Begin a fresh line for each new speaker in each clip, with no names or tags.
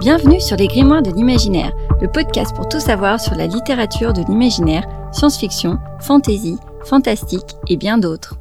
Bienvenue sur Les Grimoires de l'Imaginaire, le podcast pour tout savoir sur la littérature de l'imaginaire, science-fiction, fantasy, fantastique et bien d'autres.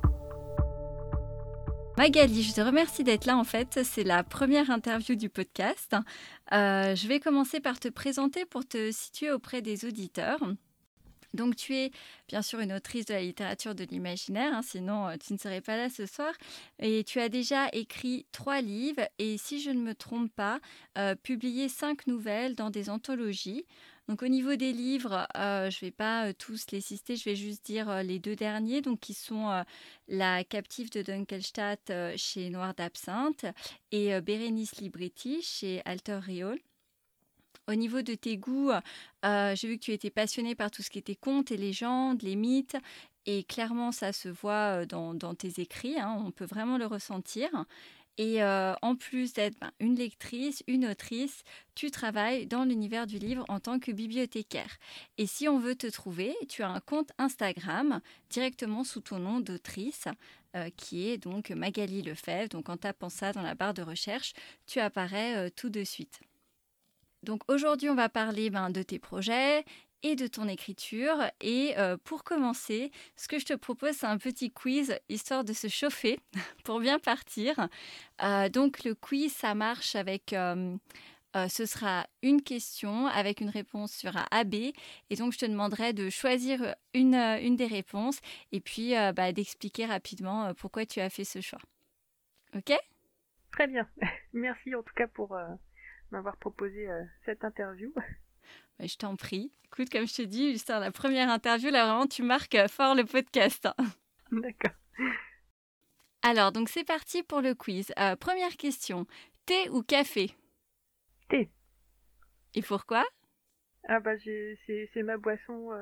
Magali, je te remercie d'être là en fait, c'est la première interview du podcast. Je vais commencer par te présenter pour te situer auprès des auditeurs. Donc tu es bien sûr une autrice de la littérature de l'imaginaire, sinon tu ne serais pas là ce soir. Et tu as déjà écrit 3 livres et si je ne me trompe pas, publié 5 nouvelles dans des anthologies. Donc au niveau des livres, je ne vais pas tous les citer, je vais juste dire les 2 derniers, donc qui sont La captive de Dunkelstadt chez Noir d'Absinthe et Bérénice Libretti chez Alter Riol. Au niveau de tes goûts, j'ai vu que tu étais passionnée par tout ce qui était contes et légendes, les mythes. Et clairement, ça se voit dans tes écrits. On peut vraiment le ressentir. Et en plus d'être une lectrice, une autrice, tu travailles dans l'univers du livre en tant que bibliothécaire. Et si on veut te trouver, tu as un compte Instagram directement sous ton nom d'autrice, qui est donc Magali Lefebvre. Donc en tapant ça dans la barre de recherche, tu apparais tout de suite. Donc aujourd'hui, on va parler de tes projets et de ton écriture. Et pour commencer, ce que je te propose, c'est un petit quiz, histoire de se chauffer pour bien partir. Donc le quiz, ça marche avec... ce sera une question avec une réponse sur un A, B. Et donc, je te demanderai de choisir une des réponses et puis d'expliquer rapidement pourquoi tu as fait ce choix. OK ?
Très bien. Merci en tout cas pour... m'avoir proposé cette interview.
Je t'en prie. Écoute, comme je te dis, juste la première interview, là vraiment, tu marques fort le podcast.
D'accord.
Alors, donc c'est parti pour le quiz. Première question. Thé ou café ?
Thé.
Et pourquoi ?
C'est ma boisson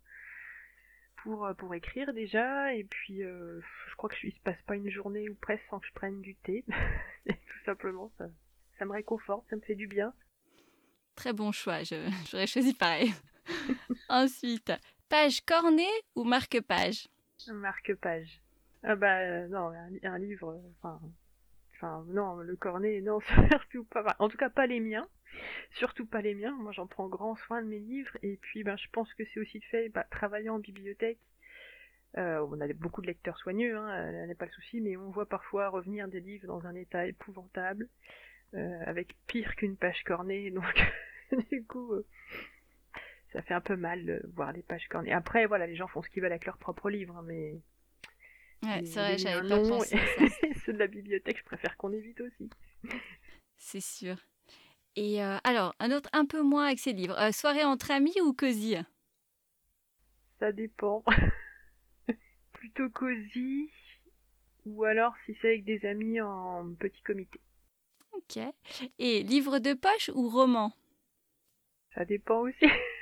pour écrire déjà. Et puis, je crois que il se passe pas une journée ou presque sans que je prenne du thé. Tout simplement, ça me réconforte, ça me fait du bien.
Très bon choix, j'aurais choisi pareil. Ensuite, page cornée ou marque-page ?
Marque-page. Non, un livre, non, le cornet, non, surtout pas. En tout cas, pas les miens. Surtout pas les miens. Moi, j'en prends grand soin de mes livres. Et puis, je pense que c'est aussi le fait, travaillant en bibliothèque. On a beaucoup de lecteurs soigneux, n'est pas le souci, mais on voit parfois revenir des livres dans un état épouvantable. Avec pire qu'une page cornée, donc du coup ça fait un peu mal de voir les pages cornées. Après voilà, les gens font ce qu'ils veulent avec leurs propres livres, mais
ouais, c'est vrai, j'avais pas pensé à ça.
Ceux de la bibliothèque, je préfère qu'on évite aussi.
C'est sûr. Et alors, un autre un peu moins avec ces livres. Soirée entre amis ou cosy ?
Ça dépend. Plutôt cosy, ou alors si c'est avec des amis en petit comité.
Ok. Et livre de poche ou roman ?
Ça dépend aussi.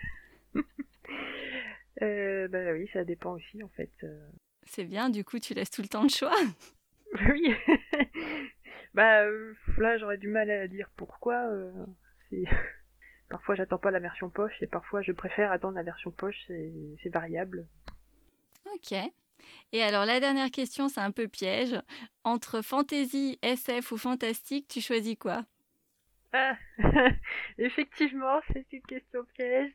Oui, ça dépend aussi en fait.
C'est bien, du coup tu laisses tout le temps de choix.
Oui. Là j'aurais du mal à dire pourquoi. Parfois j'attends pas la version poche et parfois je préfère attendre la version poche, c'est variable.
Ok. Et alors la dernière question, c'est un peu piège. Entre fantasy, SF ou fantastique, tu choisis quoi ?
Ah, effectivement, c'est une question piège.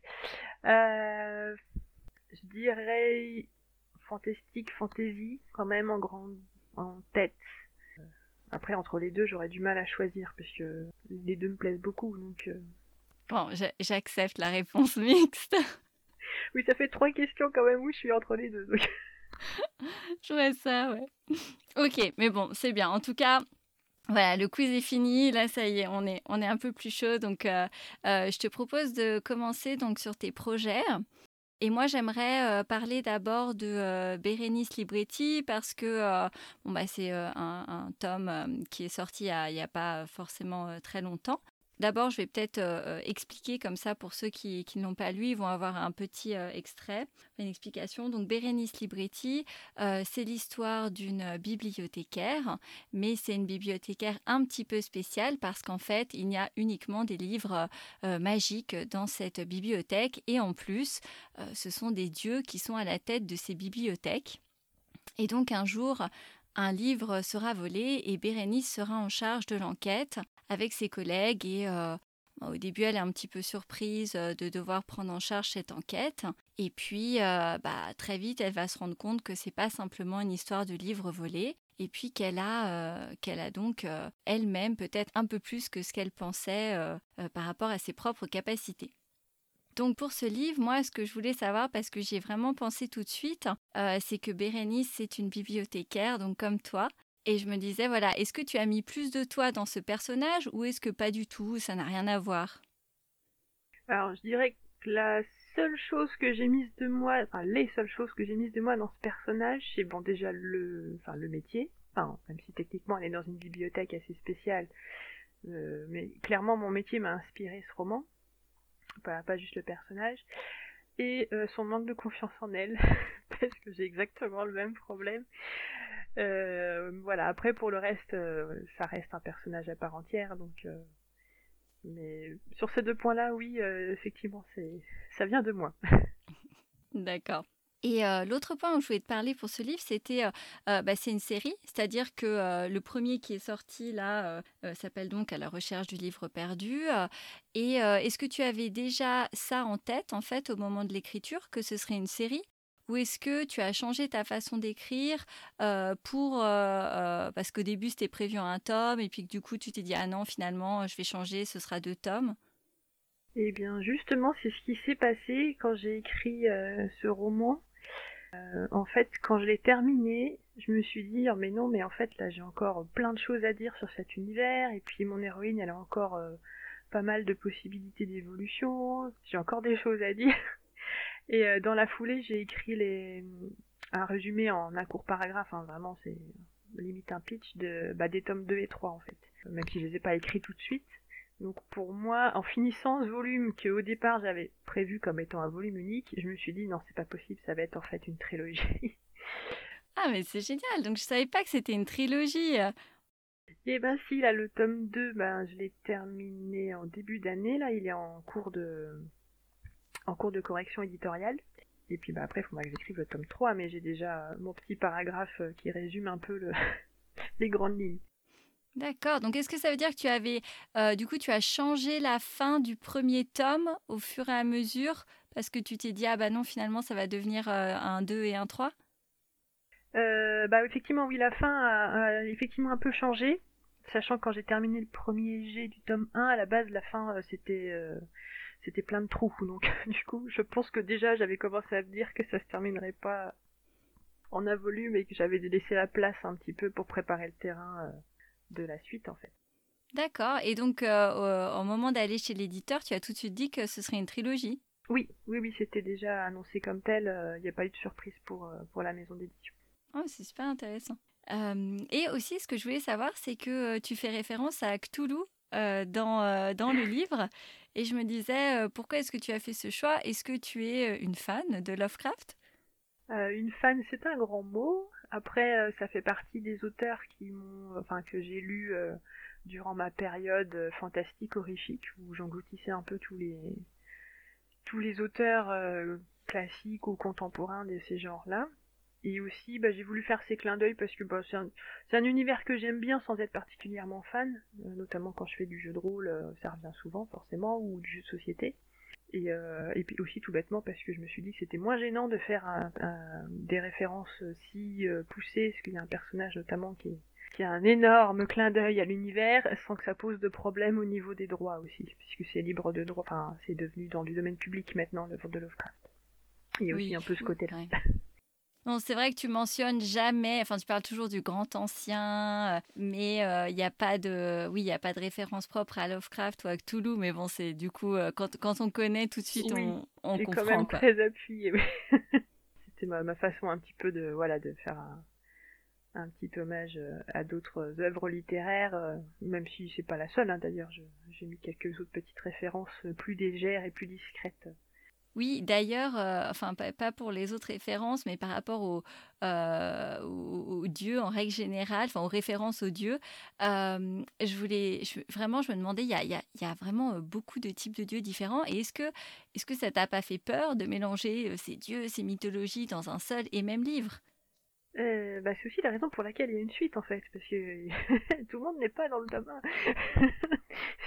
Je dirais fantastique, fantasy, quand même en tête. Après, entre les deux, j'aurais du mal à choisir, parce que les deux me plaisent beaucoup, donc...
Bon, j'accepte la réponse mixte.
Oui, ça fait 3 questions quand même où je suis entre les deux, donc...
Je vois ça, ouais. Ok, mais bon, c'est bien. En tout cas, voilà, le quiz est fini. Là, ça y est, on est un peu plus chaud. Donc, je te propose de commencer donc, sur tes projets. Et moi, j'aimerais parler d'abord de Bérénice Libretti parce que c'est un tome qui est sorti il y a pas forcément très longtemps. D'abord, je vais peut-être expliquer comme ça pour ceux qui ne l'ont pas lu, ils vont avoir un petit extrait, une explication. Donc, Bérénice Libretti, c'est l'histoire d'une bibliothécaire, mais c'est une bibliothécaire un petit peu spéciale parce qu'en fait, il y a uniquement des livres magiques dans cette bibliothèque et en plus, ce sont des dieux qui sont à la tête de ces bibliothèques. Et donc, un jour, un livre sera volé et Bérénice sera en charge de l'enquête avec ses collègues et Au début, elle est un petit peu surprise de devoir prendre en charge cette enquête. Et puis, très vite, elle va se rendre compte que c'est pas simplement une histoire de livre volé. Et puis qu'elle a donc elle-même peut-être un peu plus que ce qu'elle pensait par rapport à ses propres capacités. Donc pour ce livre, moi, ce que je voulais savoir, parce que j'y ai vraiment pensé tout de suite, c'est que Bérénice, c'est une bibliothécaire, donc comme toi. Et je me disais, voilà, est-ce que tu as mis plus de toi dans ce personnage ou est-ce que pas du tout, ça n'a rien à voir?
Alors, je dirais que la seule chose que j'ai mise de moi, enfin, les seules choses que j'ai mises de moi dans ce personnage, c'est bon, déjà le métier. Enfin, même si techniquement elle est dans une bibliothèque assez spéciale, mais clairement mon métier m'a inspiré ce roman, pas juste le personnage. Et son manque de confiance en elle, parce que j'ai exactement le même problème. Voilà, après pour le reste, ça reste un personnage à part entière, donc mais sur ces deux points-là, oui, effectivement, ça vient de moi.
D'accord. Et l'autre point où je voulais te parler pour ce livre, c'était, c'est une série, c'est-à-dire que le premier qui est sorti là s'appelle donc À la recherche du livre perdu. Et est-ce que tu avais déjà ça en tête, en fait, au moment de l'écriture, que ce serait une série? Ou est-ce que tu as changé ta façon d'écrire parce qu'au début c'était prévu en un tome et puis que du coup tu t'es dit ah non finalement je vais changer, ce sera 2 tomes.
Eh bien, justement, c'est ce qui s'est passé quand j'ai écrit ce roman. En fait, quand je l'ai terminé, je me suis dit, oh, mais non, mais en fait, là, j'ai encore plein de choses à dire sur cet univers, et puis mon héroïne, elle a encore pas mal de possibilités d'évolution, j'ai encore des choses à dire. Et dans la foulée, j'ai écrit un résumé en un court paragraphe, hein, vraiment, c'est limite un pitch des tomes 2 et 3, en fait. Même si je les ai pas écrits tout de suite. Donc pour moi, en finissant ce volume que au départ j'avais prévu comme étant un volume unique, je me suis dit non, c'est pas possible, ça va être en fait une trilogie.
Ah mais c'est génial, donc je savais pas que c'était une trilogie.
Et ben si, là le tome 2, ben je l'ai terminé en début d'année, là il est en cours de correction éditoriale. Et puis bah après il faudra que j'écrive le tome 3, mais j'ai déjà mon petit paragraphe qui résume un peu les grandes lignes.
D'accord, donc est-ce que ça veut dire que tu avais, du coup, tu as changé la fin du premier tome au fur et à mesure parce que tu t'es dit, ah bah non, finalement, ça va devenir un 2 et un 3.
Effectivement oui, la fin a effectivement un peu changé, sachant que quand j'ai terminé le premier jet du tome 1, à la base la fin c'était plein de trous, donc du coup je pense que déjà j'avais commencé à me dire que ça se terminerait pas en un volume et que j'avais laissé la place un petit peu pour préparer le terrain de la suite en fait.
D'accord, et donc au moment d'aller chez l'éditeur, tu as tout de suite dit que ce serait une trilogie.
Oui, c'était déjà annoncé comme tel, il n'y a pas eu de surprise pour la maison d'édition.
Oh, c'est super intéressant. Et aussi, ce que je voulais savoir, c'est que tu fais référence à Cthulhu dans le livre. Et je me disais, pourquoi est-ce que tu as fait ce choix? Est-ce que tu es une fan de Lovecraft?
Une fan, c'est un grand mot. Après, ça fait partie des auteurs que j'ai lus durant ma période fantastique horrifique où j'engloutissais un peu tous les auteurs classiques ou contemporains de ces genres-là. Et aussi, j'ai voulu faire ces clins d'œil parce que c'est un univers que j'aime bien sans être particulièrement fan, notamment quand je fais du jeu de rôle, ça revient souvent forcément, ou du jeu de société. Et puis aussi tout bêtement parce que je me suis dit que c'était moins gênant de faire des références si poussées, parce qu'il y a un personnage notamment qui a un énorme clin d'œil à l'univers sans que ça pose de problème au niveau des droits aussi, puisque c'est libre de droit, enfin c'est devenu dans du domaine public maintenant l'œuvre de Lovecraft. Il y a aussi
Oui.
un peu ce côté-là.
Ouais. Non, c'est vrai que tu mentionnes jamais, enfin tu parles toujours du grand ancien, mais il n'y a pas de, oui, il y a pas de référence propre à Lovecraft ou à Cthulhu, mais bon, c'est du coup, quand on connaît tout de suite,
Oui,
on
c'est quand
comprend,
même
quoi.
très appuyé. Oui. C'était ma façon un petit peu de faire un petit hommage à d'autres œuvres littéraires, même si c'est pas la seule, hein, d'ailleurs, j'ai mis quelques autres petites références plus légères et plus discrètes.
Oui, d'ailleurs, enfin pas pour les autres références, mais par rapport aux dieux en règle générale, enfin aux références aux dieux, vraiment, je me demandais, il y a vraiment beaucoup de types de dieux différents. Et est-ce que ça t'a pas fait peur de mélanger ces dieux, ces mythologies dans un seul et même livre?
C'est aussi la raison pour laquelle il y a une suite en fait, parce que tout le monde n'est pas dans le tome 1.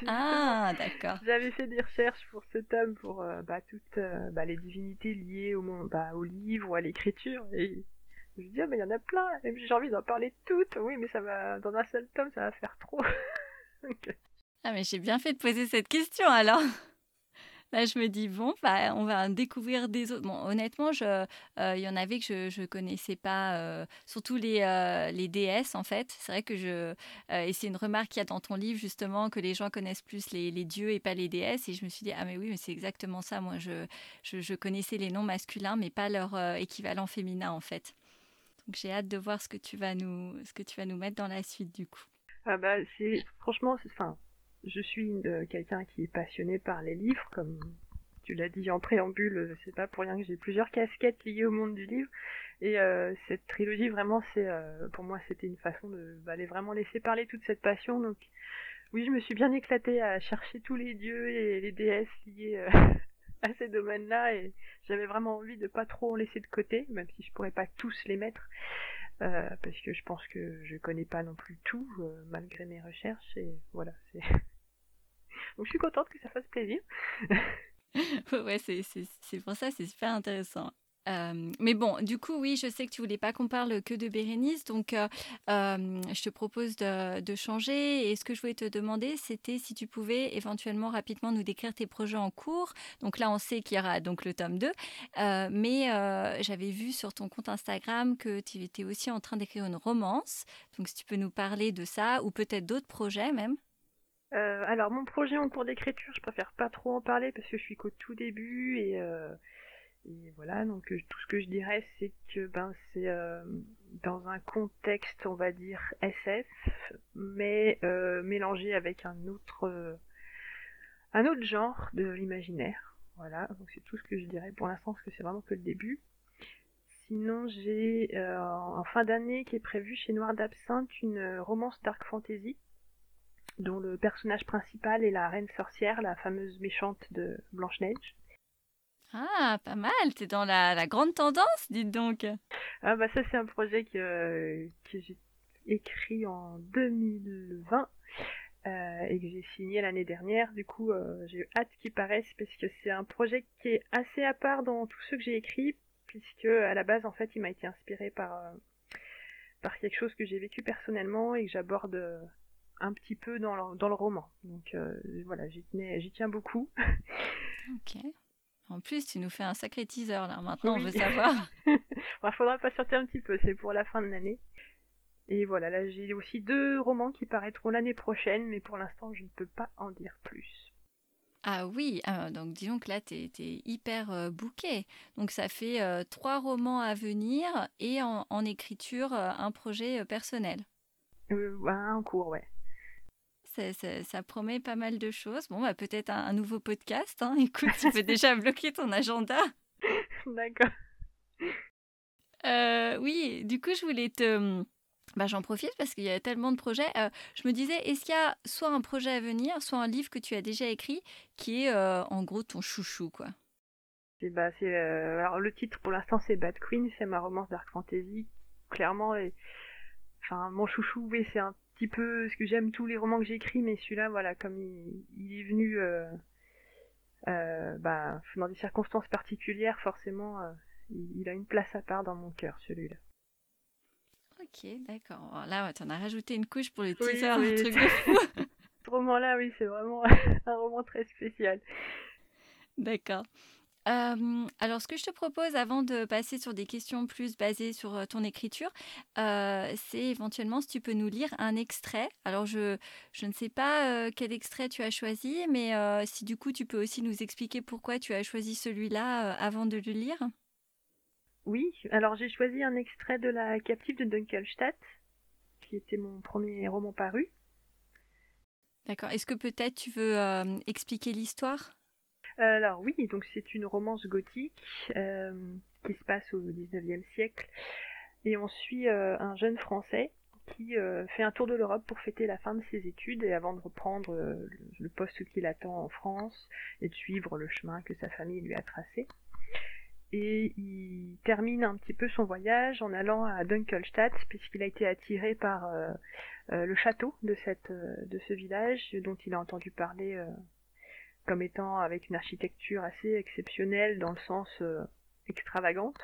Ah, d'accord.
J'avais fait des recherches pour ce tome pour toutes les divinités liées au monde, au livre ou à l'écriture. Et je me dis, mais il y en a plein. Et j'ai envie d'en parler toutes. Oui, mais ça va, dans un seul tome, ça va faire trop. Donc,
Ah, mais j'ai bien fait de poser cette question alors. Là, je me dis, bon, bah, on va découvrir des autres. Bon, honnêtement, il y en avait que je ne connaissais pas, surtout les déesses, en fait. C'est vrai que et c'est une remarque qu'il y a dans ton livre, justement, que les gens connaissent plus les dieux et pas les déesses. Et je me suis dit, ah, mais oui, mais c'est exactement ça. Moi, je connaissais les noms masculins, mais pas leur équivalent féminin, en fait. Donc, j'ai hâte de voir ce que tu vas nous mettre dans la suite, du coup.
franchement, je suis quelqu'un qui est passionné par les livres, comme tu l'as dit en préambule, c'est pas pour rien que j'ai plusieurs casquettes liées au monde du livre. Et cette trilogie, vraiment, pour moi, c'était une façon d'aller vraiment laisser parler toute cette passion. Donc, oui, je me suis bien éclatée à chercher tous les dieux et les déesses liées à ces domaines-là, et j'avais vraiment envie de pas trop en laisser de côté, même si je pourrais pas tous les mettre. Parce que je pense que je connais pas non plus tout, malgré mes recherches, et voilà. Donc je suis contente que ça fasse plaisir.
Ouais, c'est pour ça, c'est super intéressant. Mais bon, du coup, oui, je sais que tu voulais pas qu'on parle que de Bérénice, donc je te propose de changer. Et ce que je voulais te demander, c'était si tu pouvais éventuellement rapidement nous décrire tes projets en cours. Donc là, on sait qu'il y aura donc le tome 2, mais j'avais vu sur ton compte Instagram que tu étais aussi en train d'écrire une romance. Donc si tu peux nous parler de ça, ou peut-être d'autres projets même.
Alors mon projet en cours d'écriture, je préfère pas trop en parler parce que je suis qu'au tout début, et voilà. Donc tout ce que je dirais, c'est que c'est dans un contexte, on va dire SF, mais mélangé avec un autre genre de l'imaginaire. Voilà, donc c'est tout ce que je dirais pour l'instant, parce que c'est vraiment que le début. Sinon, j'ai en fin d'année qui est prévue chez Noir d'Absinthe une romance dark fantasy, dont le personnage principal est la reine sorcière, la fameuse méchante de Blanche-Neige.
Ah, pas mal, t'es dans la grande tendance, dites donc.
Ah ça c'est un projet que j'ai écrit en 2020 et que j'ai signé l'année dernière. Du coup, j'ai hâte qu'il paraisse parce que c'est un projet qui est assez à part dans tout ce que j'ai écrit, puisque à la base, en fait, il m'a été inspiré par quelque chose que j'ai vécu personnellement et que j'aborde un petit peu dans le roman. Donc voilà, j'y tiens beaucoup.
Ok. En plus, tu nous fais un sacré teaser là. Maintenant,
Oui.
on veut savoir.
Faudra patienter un petit peu, c'est pour la fin de l'année. Et voilà, là j'ai aussi 2 romans qui paraîtront l'année prochaine, mais pour l'instant je ne peux pas en dire plus.
Ah oui, donc disons que là, t'es hyper booké. Donc ça fait 3 romans à venir et en écriture, un projet personnel.
Un cours, ouais.
Ça promet pas mal de choses. Bon, bah, peut-être un nouveau podcast, hein. Écoute, tu peux déjà bloquer ton agenda.
D'accord.
Oui, du coup, je voulais j'en profite parce qu'il y a tellement de projets. Je me disais, est-ce qu'il y a soit un projet à venir, soit un livre que tu as déjà écrit qui est en gros ton chouchou, quoi.
Alors le titre pour l'instant c'est Bad Queen, c'est ma romance dark fantasy. Clairement, mon chouchou, oui, c'est un petit peu ce que j'aime tous les romans que j'écris, mais celui-là, voilà, comme il est venu dans des circonstances particulières, forcément, il a une place à part dans mon cœur, celui-là.
Ok, d'accord. Alors là, ouais, t'en as rajouté une couche pour le
Oui,
teaser, un
oui.
truc de fou.
Ce roman-là, oui, c'est vraiment un roman très spécial.
D'accord. Alors, ce que je te propose avant de passer sur des questions plus basées sur ton écriture, c'est éventuellement si tu peux nous lire un extrait. Alors, je ne sais pas quel extrait tu as choisi, mais si du coup tu peux aussi nous expliquer pourquoi tu as choisi celui-là avant de le lire.
Oui, alors j'ai choisi un extrait de La Captive de Dunkelstadt, qui était mon premier roman paru.
D'accord. Est-ce que peut-être tu veux expliquer l'histoire?
Alors oui, donc c'est une romance gothique qui se passe au 19e siècle, et on suit un jeune Français qui fait un tour de l'Europe pour fêter la fin de ses études et avant de reprendre le poste qu'il attend en France et de suivre le chemin que sa famille lui a tracé. et il termine un petit peu son voyage en allant à Dunkelstadt, puisqu'il a été attiré par le château de ce village, dont il a entendu parler comme étant avec une architecture assez exceptionnelle dans le sens extravagante,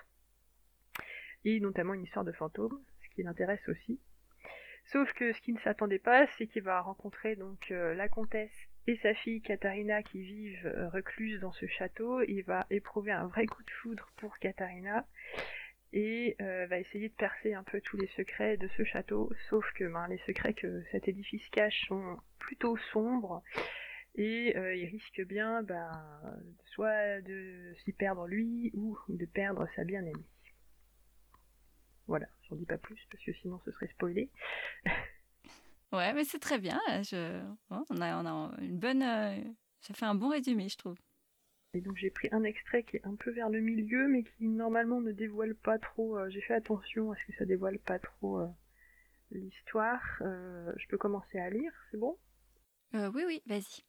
et notamment une histoire de fantômes, ce qui l'intéresse aussi. Sauf que ce qu'il ne s'attendait pas, c'est qu'il va rencontrer donc la comtesse et sa fille Katharina qui vivent recluses dans ce château. Il va éprouver un vrai coup de foudre pour Katharina et va essayer de percer un peu tous les secrets de ce château, sauf que les secrets que cet édifice cache sont plutôt sombres et il risque bien soit de s'y perdre lui ou de perdre sa bien-aimée. Voilà, j'en dis pas plus parce que sinon ce serait spoilé.
Ouais, mais c'est très bien. On a une bonne. Ça fait un bon résumé, je trouve.
Et donc j'ai pris un extrait qui est un peu vers le milieu, mais qui normalement ne dévoile pas trop. J'ai fait attention à ce que ça dévoile pas trop l'histoire. Je peux commencer à lire, c'est bon ?
Oui, vas-y.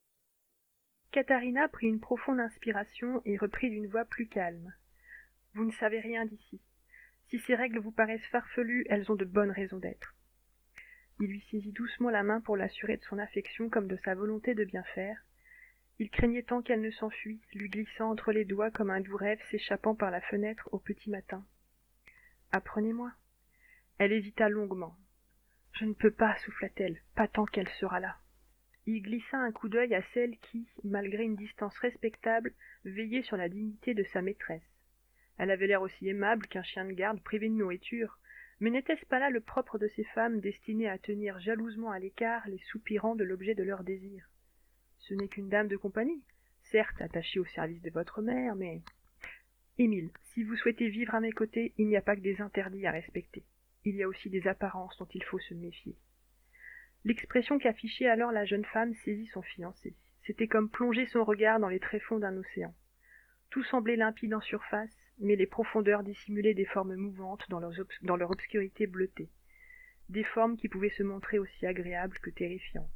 Katharina prit une profonde inspiration et reprit d'une voix plus calme. Vous ne savez rien d'ici. Si ces règles vous paraissent farfelues, elles ont de bonnes raisons d'être. Il lui saisit doucement la main pour l'assurer de son affection comme de sa volonté de bien faire. Il craignait tant qu'elle ne s'enfuit, lui glissant entre les doigts comme un doux rêve s'échappant par la fenêtre au petit matin. « Apprenez-moi. » Elle hésita longuement. « Je ne peux pas, souffla-t-elle, pas tant qu'elle sera là. » Il glissa un coup d'œil à celle qui, malgré une distance respectable, veillait sur la dignité de sa maîtresse. Elle avait l'air aussi aimable qu'un chien de garde privé de nourriture, mais n'était-ce pas là le propre de ces femmes destinées à tenir jalousement à l'écart les soupirants de l'objet de leur désir ? Ce n'est qu'une dame de compagnie, certes attachée au service de votre mère, mais... Émile, si vous souhaitez vivre à mes côtés, il n'y a pas que des interdits à respecter. Il y a aussi des apparences dont il faut se méfier. L'expression qu'affichait alors la jeune femme saisit son fiancé. C'était comme plonger son regard dans les tréfonds d'un océan. Tout semblait limpide en surface, mais les profondeurs dissimulaient des formes mouvantes dans leur obscurité bleutée. Des formes qui pouvaient se montrer aussi agréables que terrifiantes.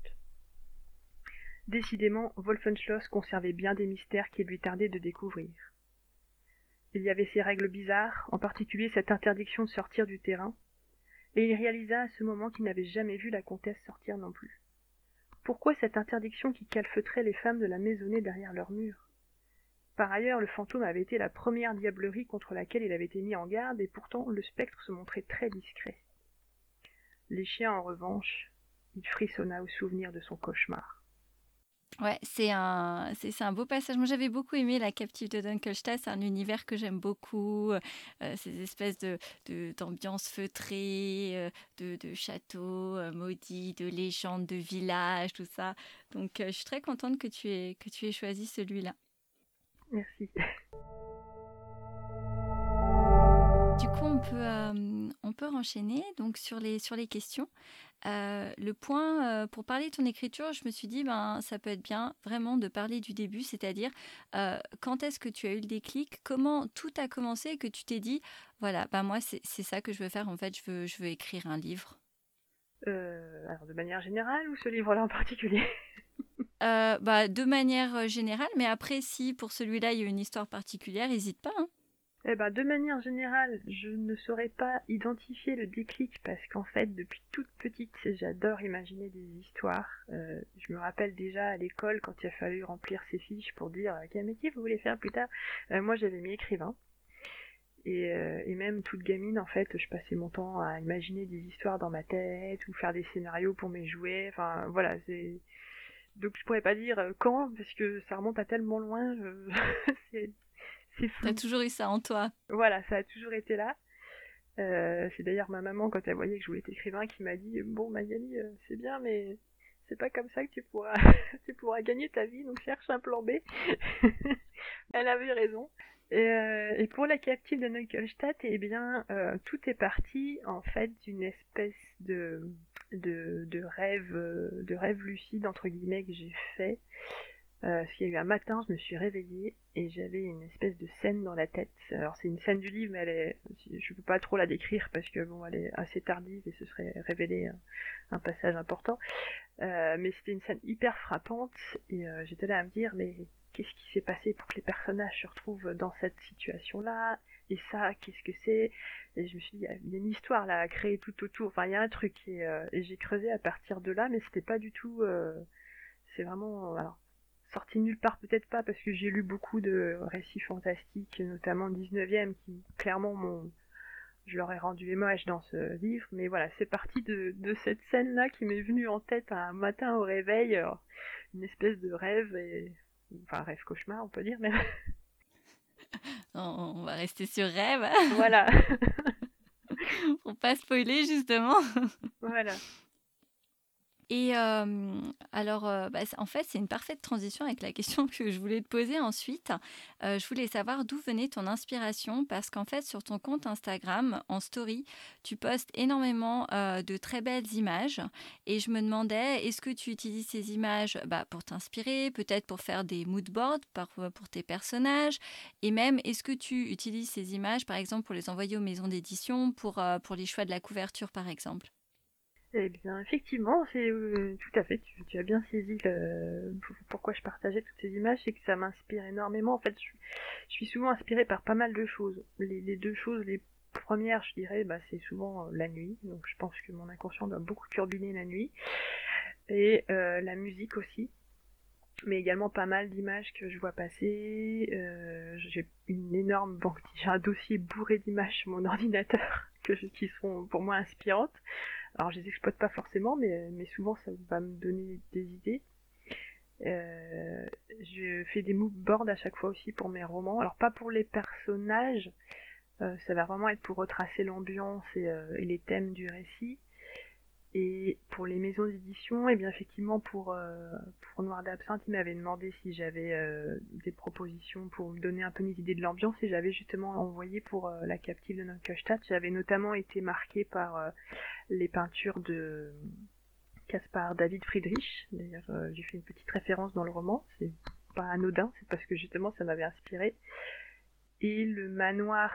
Décidément, Wolfenschloss conservait bien des mystères qu'il lui tardait de découvrir. Il y avait ces règles bizarres, en particulier cette interdiction de sortir du terrain, et il réalisa à ce moment qu'il n'avait jamais vu la comtesse sortir non plus. Pourquoi cette interdiction qui calfeutrait les femmes de la maisonnée derrière leurs murs ? Par ailleurs, le fantôme avait été la première diablerie contre laquelle il avait été mis en garde, et pourtant le spectre se montrait très discret. Les chiens, en revanche, il frissonna au souvenir de son cauchemar.
Ouais, c'est un beau passage. Moi, j'avais beaucoup aimé La Captive de Dunkelstadt. C'est un univers que j'aime beaucoup. Ces espèces d'ambiance feutrée, de châteaux maudits, de légendes, de villages, tout ça. Donc, je suis très contente que tu aies choisi celui-là.
Merci.
Du coup, on peut enchaîner donc sur les questions. Le point pour parler de ton écriture, je me suis dit ça peut être bien vraiment de parler du début, c'est-à-dire quand est-ce que tu as eu le déclic, comment tout a commencé et que tu t'es dit voilà, moi c'est ça que je veux faire, en fait je veux écrire un livre.
Alors de manière générale ou ce livre-là en particulier?
De manière générale, mais après si pour celui-là il y a une histoire particulière, n'hésite pas.
De manière générale, je ne saurais pas identifier le déclic parce qu'en fait, depuis toute petite, j'adore imaginer des histoires. Je me rappelle déjà à l'école quand il a fallu remplir ses fiches pour dire quel métier vous voulez faire plus tard. Moi, j'avais mis écrivain. Et même toute gamine, en fait, je passais mon temps à imaginer des histoires dans ma tête ou faire des scénarios pour mes jouets. Enfin, voilà, c'est... Donc je pourrais pas dire quand, parce que ça remonte à tellement loin. C'est flou.
T'as toujours eu ça en toi.
Voilà, ça a toujours été là. C'est d'ailleurs ma maman, quand elle voyait que je voulais être écrivain, qui m'a dit « Bon, Magali, c'est bien, mais c'est pas comme ça que tu pourras, tu pourras gagner ta vie, donc cherche un plan B. » Elle avait raison. Et pour La Captive de Dunkelstadt, tout est parti, en fait, d'une espèce de rêve lucide, entre guillemets, que j'ai fait. Parce qu'il y a eu un matin, je me suis réveillée et j'avais une espèce de scène dans la tête. Alors c'est une scène du livre, mais je peux pas trop la décrire parce que bon, elle est assez tardive et ce serait révéler un passage important. Mais c'était une scène hyper frappante et j'étais là à me dire mais qu'est-ce qui s'est passé pour que les personnages se retrouvent dans cette situation-là? Et ça, qu'est-ce que c'est? Et je me suis dit, il y a une histoire là à créer tout autour. Enfin, il y a un truc et j'ai creusé à partir de là, mais c'était pas du tout. C'est vraiment alors sorti nulle part, peut-être pas parce que j'ai lu beaucoup de récits fantastiques, notamment le 19e, qui clairement je leur ai rendu hommage dans ce livre, mais voilà, c'est parti de cette scène-là qui m'est venue en tête un matin au réveil, une espèce de rêve, enfin rêve cauchemar on peut dire, mais
On va rester sur rêve
voilà,
pour pas spoiler justement.
voilà.
Et alors, en fait, c'est une parfaite transition avec la question que je voulais te poser ensuite. Je voulais savoir d'où venait ton inspiration parce qu'en fait, sur ton compte Instagram, en story, tu postes énormément de très belles images. Et je me demandais, est-ce que tu utilises ces images pour t'inspirer, peut-être pour faire des mood boards pour tes personnages? Et même, est-ce que tu utilises ces images, par exemple, pour les envoyer aux maisons d'édition, pour les choix de la couverture, par exemple?
Eh bien, effectivement, c'est tout à fait. Tu as bien saisi pourquoi je partageais toutes ces images, c'est que ça m'inspire énormément. En fait, je suis souvent inspirée par pas mal de choses. Les deux choses, les premières, je dirais, c'est souvent la nuit. Donc, je pense que mon inconscient doit beaucoup turbiner la nuit, et la musique aussi. Mais également pas mal d'images que je vois passer. J'ai une énorme banque, j'ai un dossier bourré d'images sur mon ordinateur qui sont pour moi inspirantes. Alors je les exploite pas forcément, mais souvent ça va me donner des idées. Je fais des mood boards à chaque fois aussi pour mes romans. Alors pas pour les personnages, ça va vraiment être pour retracer l'ambiance et les thèmes du récit. Et pour les maisons d'édition, et bien effectivement pour Noir d'Absinthe, il m'avait demandé si j'avais des propositions pour me donner un peu une idée de l'ambiance, et j'avais justement envoyé pour La Captive de Nockherstadt. J'avais notamment été marquée par les peintures de Caspar David Friedrich. D'ailleurs, j'ai fait une petite référence dans le roman, c'est pas anodin, c'est parce que justement ça m'avait inspiré. Et le manoir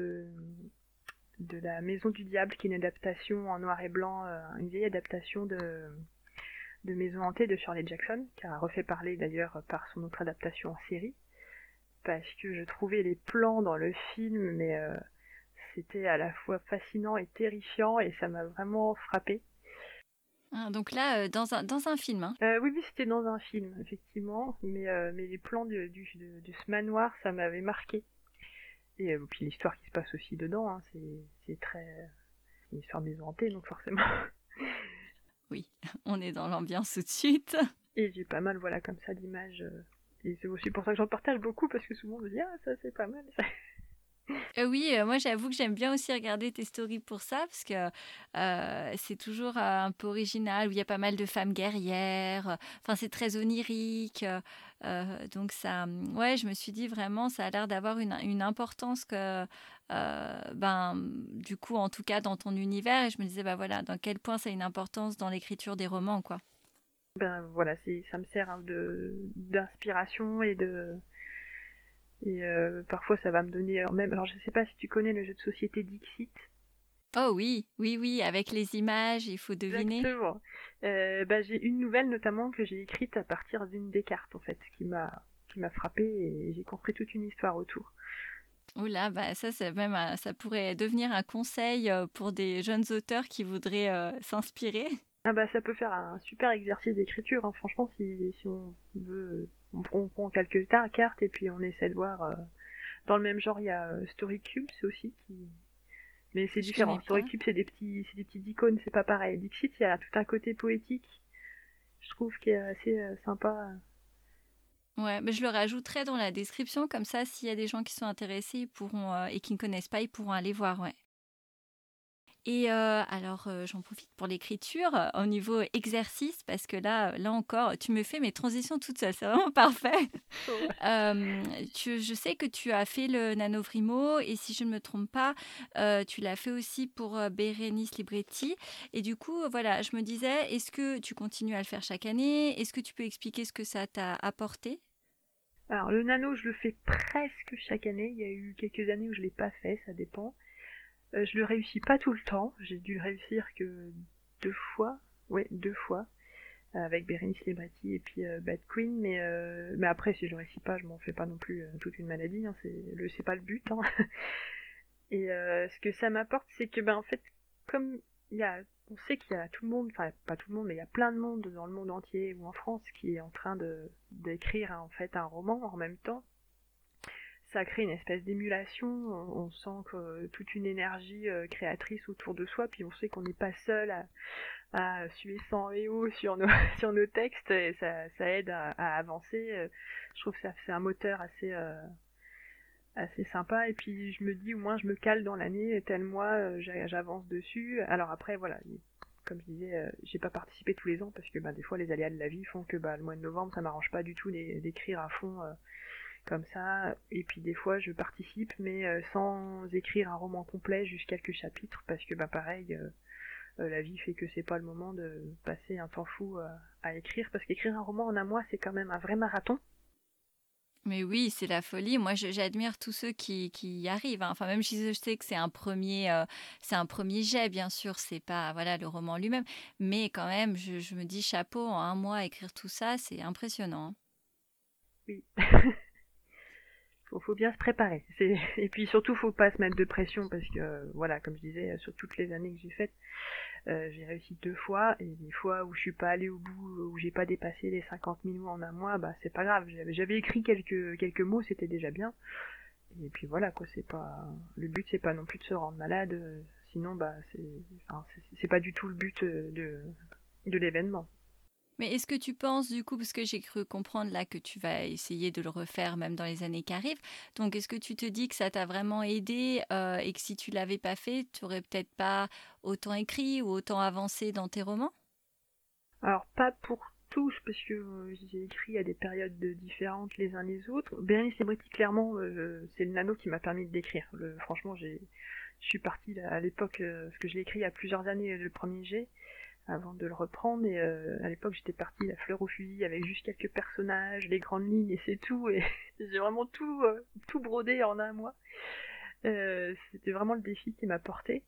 de la Maison du Diable, qui est une adaptation en noir et blanc, une vieille adaptation de Maison hantée de Shirley Jackson, qui a refait parler d'ailleurs par son autre adaptation en série, parce que je trouvais les plans dans le film, mais c'était à la fois fascinant et terrifiant, et ça m'a vraiment frappée.
Ah, donc là, dans un film, hein.
Oui, c'était dans un film, effectivement, mais les plans de ce manoir, ça m'avait marqué. Et puis l'histoire qui se passe aussi dedans, hein, c'est une histoire de maison hantée, donc forcément.
Oui, on est dans l'ambiance tout de suite.
Et j'ai pas mal, voilà, comme ça d'images. Et c'est aussi pour ça que j'en partage beaucoup, parce que souvent on me dit, ah, ça c'est pas mal.
Oui, moi j'avoue que j'aime bien aussi regarder tes stories pour ça, parce que c'est toujours un peu original, où il y a pas mal de femmes guerrières, enfin c'est très onirique, donc ça, ouais, je me suis dit vraiment, ça a l'air d'avoir une importance que, du coup, en tout cas dans ton univers, et je me disais, voilà, dans quel point ça a une importance dans l'écriture des romans, quoi.
Ben voilà, ça me sert d'inspiration et parfois ça va me donner même. Alors je sais pas si tu connais le jeu de société Dixit.
Oh oui, oui, oui, avec les images, il faut deviner.
Exactement. J'ai une nouvelle notamment que j'ai écrite à partir d'une des cartes en fait, qui m'a frappée, et j'ai construit toute une histoire autour.
Oula, ça, c'est même, ça pourrait devenir un conseil pour des jeunes auteurs qui voudraient s'inspirer.
Ah bah ça peut faire un super exercice d'écriture, hein. Franchement, si on veut, on prend quelques cartes et puis on essaie de voir. Dans le même genre, il y a Story Cubes aussi mais c'est différent. Story Cubes, c'est des petites icônes, c'est pas pareil. Dixit, il y a tout un côté poétique, je trouve, qui est assez sympa.
Ouais, mais je le rajouterai dans la description, comme ça, s'il y a des gens qui sont intéressés, ils pourront et qui ne connaissent pas, ils pourront aller voir, ouais. Et alors, j'en profite pour l'écriture, au niveau exercice, parce que là encore, tu me fais mes transitions toute seule, c'est vraiment parfait.
Ouais.
Je sais que tu as fait le NaNoWriMo et si je ne me trompe pas, tu l'as fait aussi pour, Bérénice Libretti et du coup, voilà, je me disais, est-ce que tu continues à le faire chaque année? Est-ce que tu peux expliquer ce que ça t'a apporté?
Alors le nano, je le fais presque chaque année. Il y a eu quelques années où je l'ai pas fait, ça dépend. Je le réussis pas tout le temps. J'ai dû le réussir que 2 fois. Ouais, 2 fois. Avec Bérénice Libretti et puis Bad Queen. Mais après, si je le réussis pas, je m'en fais pas non plus toute une maladie. Hein. C'est pas le but. Hein. Et ce que ça m'apporte, c'est que, en fait, comme il y a, on sait qu'il y a tout le monde, enfin pas tout le monde, mais il y a plein de monde dans le monde entier ou en France qui est en train d'écrire en fait un roman en même temps. Ça crée une espèce d'émulation, on sent que toute une énergie créatrice autour de soi, puis on sait qu'on n'est pas seul à suer sang et eau sur nos, sur nos textes, et ça aide à avancer. Je trouve que ça c'est un moteur assez sympa, et puis je me dis au moins je me cale dans l'année, tel mois j'avance dessus. Alors après voilà, comme je disais, j'ai pas participé tous les ans parce que des fois les aléas de la vie font que le mois de novembre ça m'arrange pas du tout d'écrire à fond comme ça, et puis des fois je participe mais sans écrire un roman complet, juste quelques chapitres parce que pareil, la vie fait que c'est pas le moment de passer un temps fou à écrire, parce qu'écrire un roman en un mois c'est quand même un vrai marathon.
Mais oui, c'est la folie. Moi, j'admire tous ceux qui y arrivent, hein. Enfin, même si je sais que c'est un premier jet, bien sûr, c'est pas voilà le roman lui-même, mais quand même, je me dis chapeau, en un mois écrire tout ça, c'est impressionnant, hein.
Oui. Faut bien se préparer. Et puis surtout, faut pas se mettre de pression parce que, voilà, comme je disais, sur toutes les années que j'ai faites, j'ai réussi 2 fois, et des fois où je suis pas allée au bout, où j'ai pas dépassé les 50 000 mots en un mois, c'est pas grave. J'avais écrit quelques mots, c'était déjà bien. Et puis voilà, quoi, le but c'est pas non plus de se rendre malade, sinon, c'est pas du tout le but de l'événement.
Mais est-ce que tu penses, du coup, parce que j'ai cru comprendre là que tu vas essayer de le refaire même dans les années qui arrivent, donc est-ce que tu te dis que ça t'a vraiment aidé et que si tu l'avais pas fait, tu aurais peut-être pas autant écrit ou autant avancé dans tes romans?
Alors pas pour tous, parce que j'ai écrit à des périodes différentes les uns les autres. Bérénice Libretti, clairement, c'est le nano qui m'a permis de l'écrire. Franchement, je suis partie à l'époque, parce que je l'ai écrit il y a plusieurs années, le premier jet, avant de le reprendre, et à l'époque j'étais partie la fleur au fusil avec juste quelques personnages, les grandes lignes et c'est tout, et j'ai vraiment tout brodé en un mois. C'était vraiment le défi qui m'a porté.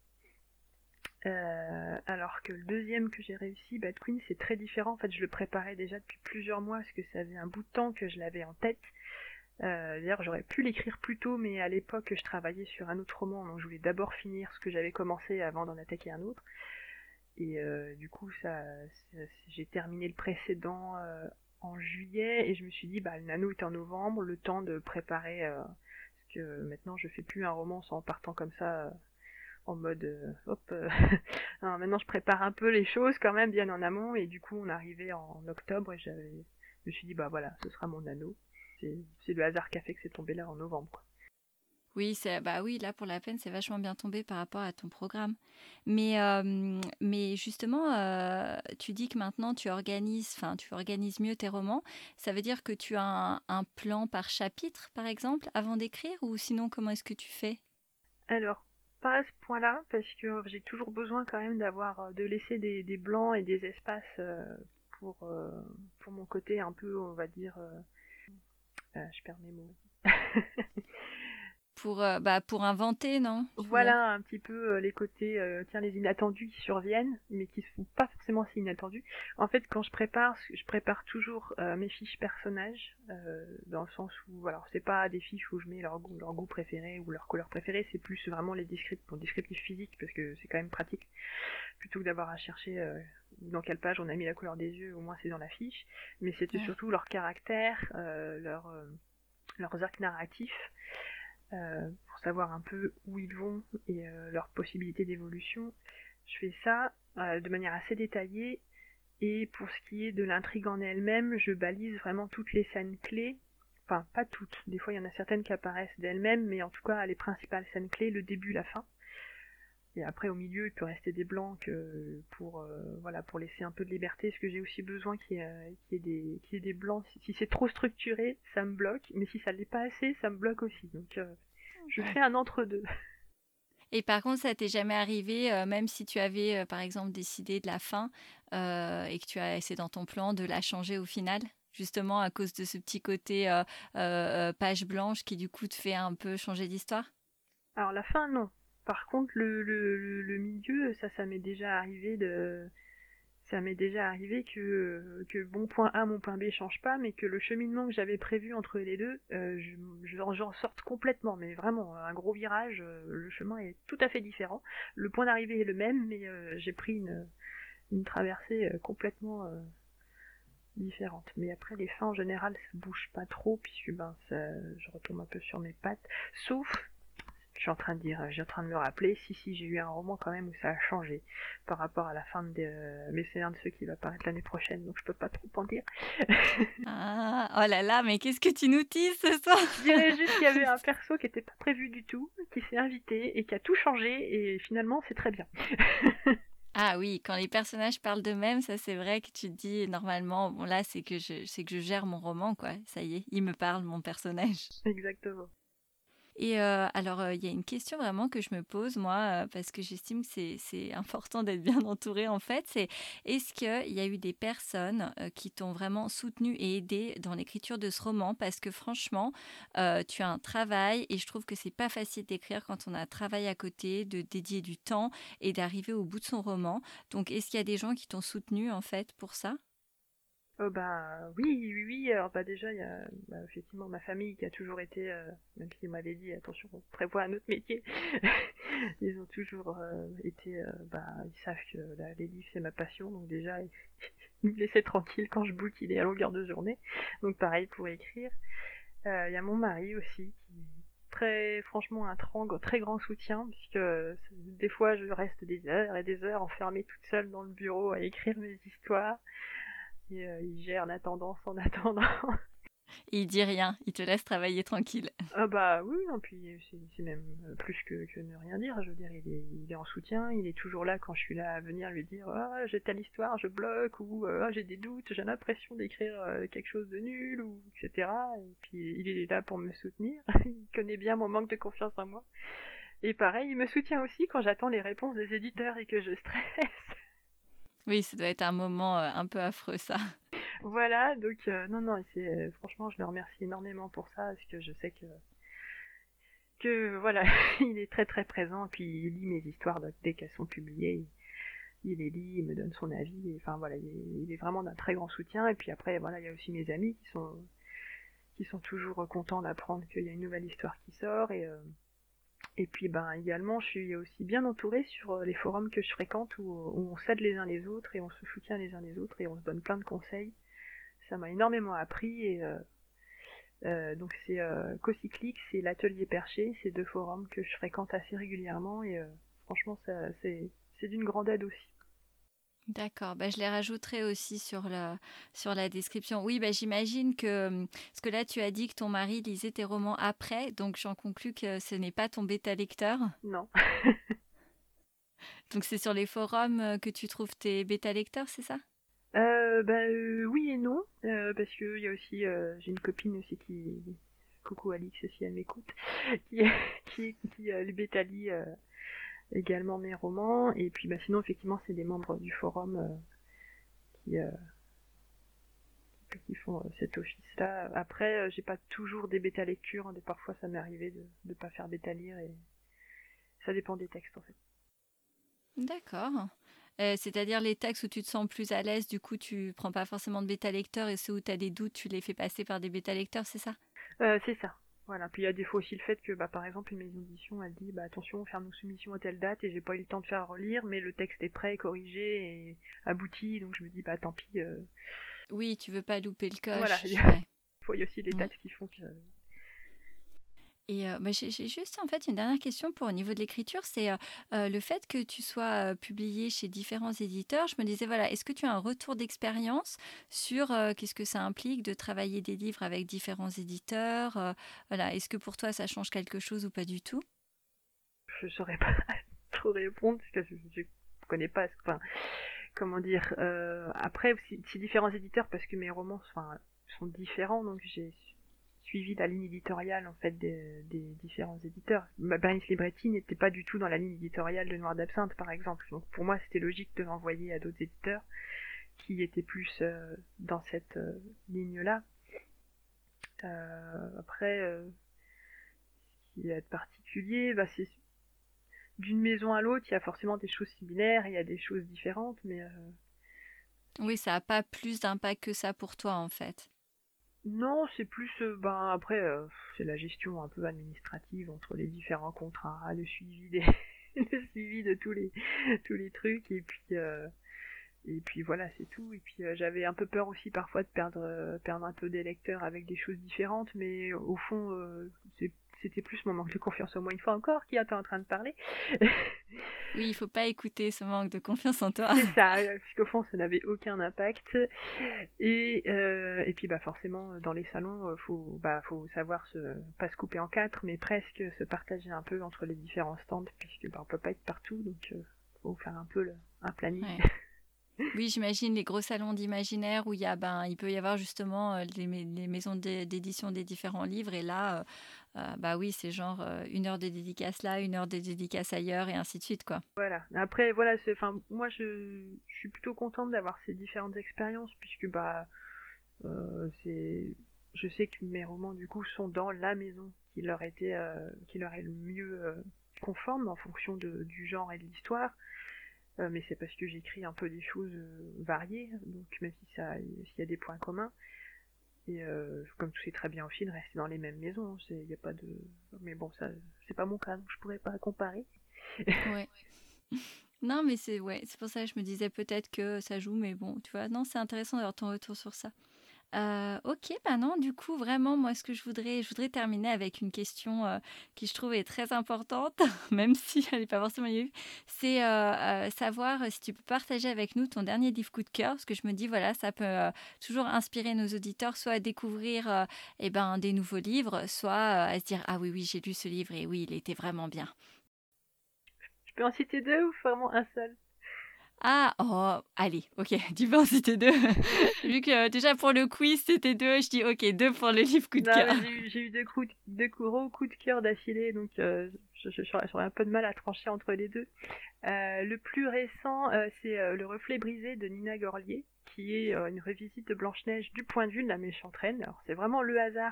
Alors que le deuxième que j'ai réussi, Bad Queen, c'est très différent. En fait, je le préparais déjà depuis plusieurs mois parce que ça faisait un bout de temps que je l'avais en tête. D'ailleurs, j'aurais pu l'écrire plus tôt, mais à l'époque, je travaillais sur un autre roman, donc je voulais d'abord finir ce que j'avais commencé avant d'en attaquer un autre. Et du coup, j'ai terminé le précédent en juillet, et je me suis dit, le nano est en novembre, le temps de préparer, parce que maintenant, je fais plus un roman en partant comme ça. En mode hop. Alors maintenant, je prépare un peu les choses quand même bien en amont, et du coup, on arrivait en octobre et je me suis dit, voilà, ce sera mon anneau. C'est le hasard qui a fait que c'est tombé là en novembre, quoi.
Oui, bah oui, là pour la peine, c'est vachement bien tombé par rapport à ton programme. Mais justement, tu dis que maintenant tu organises mieux tes romans. Ça veut dire que tu as un plan par chapitre, par exemple, avant d'écrire, ou sinon comment est-ce que tu fais?
Alors, pas à ce point-là, parce que j'ai toujours besoin quand même de laisser des blancs et des espaces pour, euh, pour mon côté un peu, on va dire, je perds mes mots.
Pour inventer, non? Tu veux dire?
Voilà un petit peu les côtés, tiens, les inattendus qui surviennent, mais qui ne sont pas forcément si inattendus. En fait, quand je prépare toujours mes fiches personnages, dans le sens où, voilà, c'est pas des fiches où je mets leur goût préféré ou leur couleur préférée, c'est plus vraiment les descriptifs physiques, parce que c'est quand même pratique, plutôt que d'avoir à chercher dans quelle page on a mis la couleur des yeux, au moins c'est dans la fiche. Mais c'était
Ouais.
surtout leur caractère, leurs arcs narratifs, pour savoir un peu où ils vont et leurs possibilités d'évolution. Je fais ça de manière assez détaillée, et pour ce qui est de l'intrigue en elle-même, je balise vraiment toutes les scènes clés. Enfin, pas toutes, des fois il y en a certaines qui apparaissent d'elles-mêmes, mais en tout cas les principales scènes clés, le début, la fin. Et après, au milieu, il peut rester des blancs pour laisser un peu de liberté, parce que j'ai aussi besoin qu'il y ait des blancs. Si c'est trop structuré, ça me bloque, mais si ça l'est pas assez, ça me bloque aussi. Donc, je fais un entre-deux.
Et par contre, ça t'est jamais arrivé, même si tu avais, par exemple, décidé de la fin et que c'est dans ton plan de la changer au final, justement à cause de ce petit côté page blanche qui du coup te fait un peu changer d'histoire?
Alors, la fin, non. Par contre, le milieu, ça m'est déjà arrivé que mon point A, mon point B change pas, mais que le cheminement que j'avais prévu entre les deux, j'en sorte complètement, mais vraiment, un gros virage, le chemin est tout à fait différent. Le point d'arrivée est le même, mais j'ai pris une traversée complètement différente. Mais après, les fins, en général, ça bouge pas trop, puisque je retombe un peu sur mes pattes, sauf... Je suis en train de me rappeler, si, j'ai eu un roman quand même où ça a changé par rapport à la fin mais c'est un de ceux qui va paraître l'année prochaine, donc je peux pas trop en dire.
Ah, oh là là, mais qu'est-ce que tu nous teases ce soir?
Je dirais juste qu'il y avait un perso qui était pas prévu du tout, qui s'est invité et qui a tout changé, et finalement c'est très bien.
Ah oui, quand les personnages parlent d'eux-mêmes, ça c'est vrai que tu te dis normalement, bon là c'est que je gère mon roman quoi, ça y est, il me parle mon personnage.
Exactement.
Et alors, il y a une question vraiment que je me pose, moi, parce que j'estime que c'est important d'être bien entouré, en fait. C'est est-ce qu'il y a eu des personnes qui t'ont vraiment soutenu et aidé dans l'écriture de ce roman? Parce que franchement, tu as un travail et je trouve que c'est pas facile d'écrire quand on a un travail à côté, de dédier du temps et d'arriver au bout de son roman. Donc, est-ce qu'il y a des gens qui t'ont soutenu, en fait, pour ça?
Oui, oui, oui. Alors déjà il y a effectivement ma famille qui a toujours été, même s'ils m'avaient dit attention, on prévoit un autre métier, ils ont toujours été, ils savent que les livres c'est ma passion, donc déjà ils me laissaient tranquille quand je bouquinais à longueur de journée. Donc pareil pour écrire. Il y a mon mari aussi qui est franchement un très grand soutien, puisque des fois je reste des heures et des heures enfermée toute seule dans le bureau à écrire mes histoires. Et il gère en attendant.
Et il dit rien, il te laisse travailler tranquille.
Ah bah oui, non, puis c'est même plus que ne rien dire. Je veux dire, il est en soutien, il est toujours là quand je suis là à venir lui dire ah j'ai telle histoire, je bloque, ou ah j'ai des doutes, j'ai l'impression d'écrire quelque chose de nul, ou etc. Et puis il est là pour me soutenir. Il connaît bien mon manque de confiance en moi. Et pareil, il me soutient aussi quand j'attends les réponses des éditeurs et que je stresse.
Oui, ça doit être un moment un peu affreux, ça.
Voilà, donc non, franchement, je le remercie énormément pour ça, parce que je sais que voilà, il est très très présent, puis il lit mes histoires dès qu'elles sont publiées, il les lit, il me donne son avis, et, enfin voilà, il est vraiment d'un très grand soutien. Et puis après, voilà, il y a aussi mes amis qui sont toujours contents d'apprendre qu'il y a une nouvelle histoire qui sort, et puis également, je suis aussi bien entourée sur les forums que je fréquente, où on s'aide les uns les autres, et on se soutient les uns les autres, et on se donne plein de conseils. Ça m'a énormément appris, et donc c'est Cocyclique, c'est l'Atelier Perché, c'est deux forums que je fréquente assez régulièrement, et franchement c'est d'une grande aide aussi.
D'accord, bah, je les rajouterai aussi sur la description. Oui, bah, j'imagine que, parce que là tu as dit que ton mari lisait tes romans après, donc j'en conclus que ce n'est pas ton bêta lecteur.
Non.
Donc c'est sur les forums que tu trouves tes bêta lecteurs, c'est ça?
Oui et non, parce que il y a aussi, j'ai une copine aussi coucou Alix si elle m'écoute, qui, qui bêta lit également mes romans, et puis sinon effectivement c'est des membres du forum qui, euh, qui font cet office-là. Après, j'ai pas toujours des bêta lectures, hein, parfois ça m'est arrivé de pas faire bêta lire, et ça dépend des textes en fait.
D'accord. C'est-à-dire les textes où tu te sens plus à l'aise, du coup tu prends pas forcément de bêta lecteur et ceux où tu as des doutes, tu les fais passer par des bêta lecteurs, c'est ça?
C'est ça. Voilà. Puis il y a des fois aussi le fait que, par exemple, une maison d'édition, elle dit, attention, faire nos soumissions à telle date, et j'ai pas eu le temps de faire relire, mais le texte est prêt, corrigé et abouti, donc je me dis, tant pis.
Oui, tu veux pas louper le coche.
Voilà.
Ouais.
Il y a aussi des textes qui font que...
Et j'ai juste en fait une dernière question pour au niveau de l'écriture, c'est le fait que tu sois publié chez différents éditeurs. Je me disais, voilà, est-ce que tu as un retour d'expérience sur qu'est-ce que ça implique de travailler des livres avec différents éditeurs? Voilà, est-ce que pour toi ça change quelque chose ou pas du tout?
Je saurais pas trop répondre parce que je connais pas. Enfin, comment dire. Après, c'est différents éditeurs parce que mes romans, enfin, sont différents, donc j'ai suivi la ligne éditoriale en fait des différents éditeurs. Bernice Libretti n'était pas du tout dans la ligne éditoriale de Noir d'Absinthe, par exemple. Donc pour moi, c'était logique de l'envoyer à d'autres éditeurs qui étaient plus dans cette ligne-là. Après, ce qui est particulier, c'est d'une maison à l'autre, il y a forcément des choses similaires, il y a des choses différentes, mais
Oui, ça n'a pas plus d'impact que ça pour toi, en fait.
non, c'est plus, après, c'est la gestion un peu administrative entre les différents contrats, le suivi le suivi de tous les trucs, et puis voilà, c'est tout. Et puis j'avais un peu peur aussi parfois de perdre un peu des lecteurs avec des choses différentes, mais au fond, c'était plus mon manque de confiance en moi une fois encore qui était en train de parler.
Oui, il faut pas écouter ce manque de confiance en toi.
C'est ça, puisqu'au fond, ça n'avait aucun impact. Et puis forcément, dans les salons, faut savoir pas se couper en quatre, mais presque se partager un peu entre les différents stands, puisque on peut pas être partout, donc faut faire un peu un planning.
Ouais. Oui, j'imagine les gros salons d'imaginaire où il peut y avoir justement les maisons d'édition des différents livres. Et là, oui, c'est genre 1 heure de dédicace là, 1 heure de dédicace ailleurs et ainsi de suite, quoi.
Voilà. Après, voilà, moi, je suis plutôt contente d'avoir ces différentes expériences, puisque je sais que mes romans, du coup, sont dans la maison qui leur est le mieux conforme en fonction du genre et de l'histoire. Mais c'est parce que j'écris un peu des choses variées, donc même s'il y a des points communs. Et comme tu sais très bien aussi, de rester dans les mêmes maisons, y a pas de. Mais bon, ça, c'est pas mon cas, donc je pourrais pas comparer.
Ouais. Non, mais c'est pour ça que je me disais peut-être que ça joue, mais bon, tu vois, non, c'est intéressant d'avoir ton retour sur ça. Ok, non, du coup, vraiment, moi, ce que je voudrais terminer avec une question qui, je trouve, est très importante, même si elle n'est pas forcément liée, c'est savoir si tu peux partager avec nous ton dernier livre coup de cœur, parce que je me dis, voilà, ça peut toujours inspirer nos auditeurs, soit à découvrir des nouveaux livres, soit à se dire, ah oui, j'ai lu ce livre et oui, il était vraiment bien.
Je peux en citer 2 ou vraiment un seul?
Ah, oh, allez, ok, tu peux en citer 2. Vu que déjà pour le quiz, c'était 2, je dis ok, 2 pour le livre coup de
Non,
cœur.
mais j'ai eu deux gros coups de cœur d'affilée, donc j'aurais un peu de mal à trancher entre les deux. Le plus récent, c'est Le reflet brisé de Nina Gorlier, qui est une revisite de Blanche-Neige du point de vue de la méchante reine. Alors c'est vraiment le hasard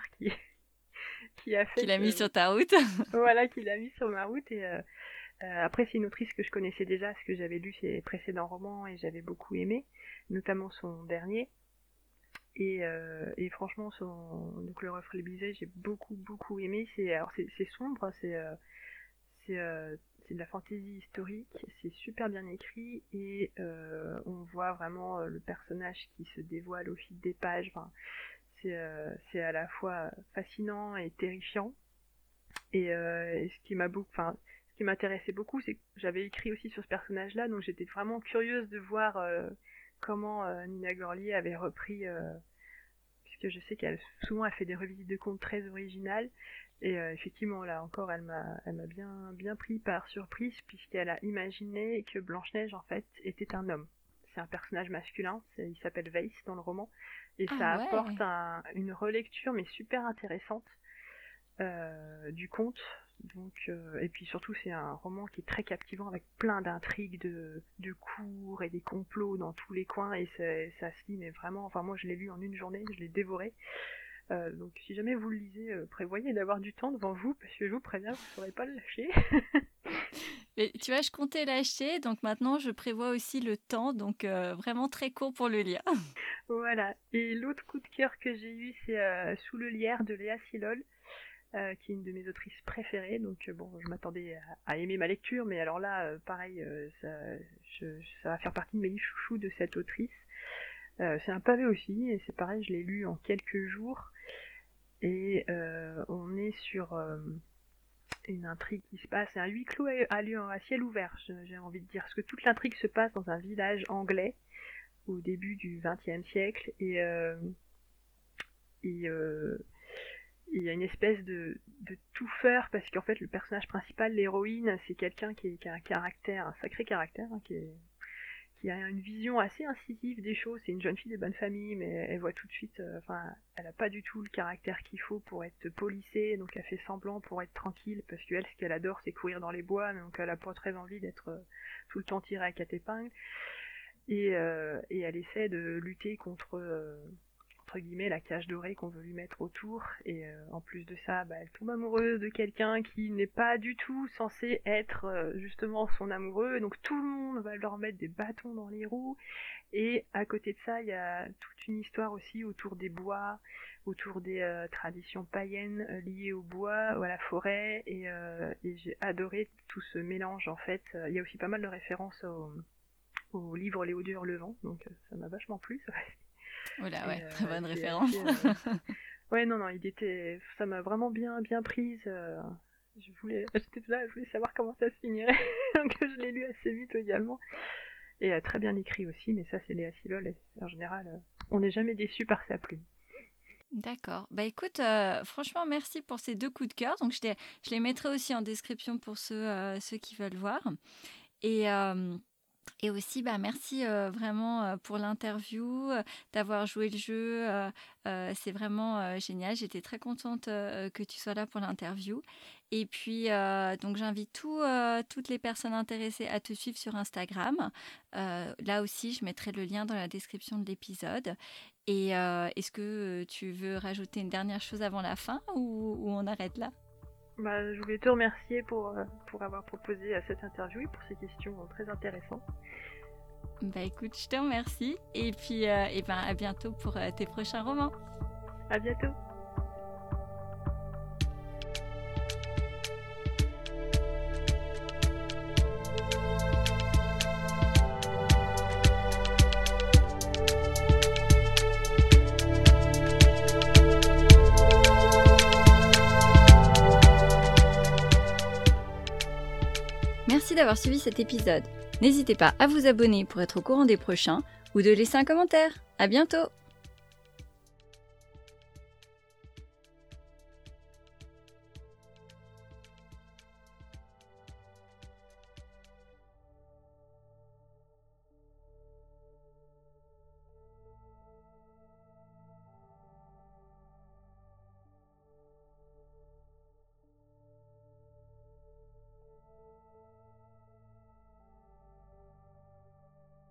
qui a fait
Qui l'a mis sur ta route.
Voilà, qui l'a mis sur ma route. Et après, c'est une autrice que je connaissais déjà, parce que j'avais lu ses précédents romans et j'avais beaucoup aimé, notamment son dernier. Et franchement, donc Le reflet brisé, j'ai beaucoup aimé. C'est sombre, c'est de la fantaisie historique, c'est super bien écrit, et on voit vraiment le personnage qui se dévoile au fil des pages. Enfin, c'est à la fois fascinant et terrifiant. Et ce qui m'intéressait beaucoup, c'est que j'avais écrit aussi sur ce personnage-là, donc j'étais vraiment curieuse de voir comment Nina Gorlier avait repris, puisque je sais qu'elle souvent elle fait des revisites de contes très originales. Et effectivement, là encore, elle m'a bien pris par surprise, puisqu'elle a imaginé que Blanche-Neige, en fait, était un homme. C'est un personnage masculin, il s'appelle Weiss dans le roman, et ça
Ouais.
apporte une relecture, mais super intéressante, du conte. Donc, et puis surtout, c'est un roman qui est très captivant, avec plein d'intrigues, de cours et des complots dans tous les coins, et ça se lit, mais vraiment, enfin moi je l'ai lu en une journée, je l'ai dévoré. Donc si jamais vous le lisez, prévoyez d'avoir du temps devant vous, parce que je vous préviens, vous ne saurez pas le lâcher.
Mais tu vois, je comptais l'acheter, donc maintenant je prévois aussi le temps, donc vraiment très court pour le lire.
Voilà. Et l'autre coup de cœur que j'ai eu, c'est Sous le lierre de Léa Silol, qui est une de mes autrices préférées. Donc bon, je m'attendais à aimer ma lecture, mais alors là, pareil, ça va faire partie de mes livres chouchous de cette autrice. C'est un pavé aussi, et c'est pareil, je l'ai lu en quelques jours. Et on est sur une intrigue qui se passe, c'est un huis clos à ciel ouvert, j'ai envie de dire, parce que toute l'intrigue se passe dans un village anglais au début du XXe siècle, et il y a une espèce de tout faire, parce qu'en fait le personnage principal, l'héroïne, c'est quelqu'un qui a un sacré caractère, hein, qui a une vision assez incisive des choses. C'est une jeune fille de bonne famille, mais elle voit tout de suite, elle a pas du tout le caractère qu'il faut pour être policée, donc elle fait semblant pour être tranquille, parce qu'elle, ce qu'elle adore, c'est courir dans les bois, donc elle a pas très envie d'être tout le temps tirée à quatre épingles, et elle essaie de lutter contre entre guillemets la cage dorée qu'on veut lui mettre autour, et en plus de ça, elle tombe amoureuse de quelqu'un qui n'est pas du tout censé être justement son amoureux, donc tout le monde va leur mettre des bâtons dans les roues, et à côté de ça, il y a toute une histoire aussi autour des bois, autour des traditions païennes liées au bois, ou à la forêt, et j'ai adoré tout ce mélange en fait. Il y a aussi pas mal de références au livre Léo Hurlevent, donc ça m'a vachement plu, ça.
Oula, ouais, très bonne référence.
Ouais, non, ça m'a vraiment bien prise. Je voulais savoir comment ça se finirait, donc je l'ai lu assez vite également. Et très bien écrit aussi, mais ça c'est Léa Sillol, et en général, on n'est jamais déçu par sa plume.
D'accord. Écoute, franchement, merci pour ces 2 coups de cœur. Donc, je les mettrai aussi en description pour ceux qui veulent voir. Et aussi, merci vraiment pour l'interview, d'avoir joué le jeu. C'est vraiment génial. J'étais très contente que tu sois là pour l'interview. Et puis, donc, j'invite toutes les personnes intéressées à te suivre sur Instagram. Là aussi, je mettrai le lien dans la description de l'épisode. Et est-ce que tu veux rajouter une dernière chose avant la fin ou on arrête là ?
Je voulais te remercier pour avoir proposé cette interview et pour ces questions très intéressantes.
Écoute, je te remercie. Et puis, à bientôt pour tes prochains romans.
À bientôt.
Merci d'avoir suivi cet épisode. N'hésitez pas à vous abonner pour être au courant des prochains ou de laisser un commentaire. À bientôt!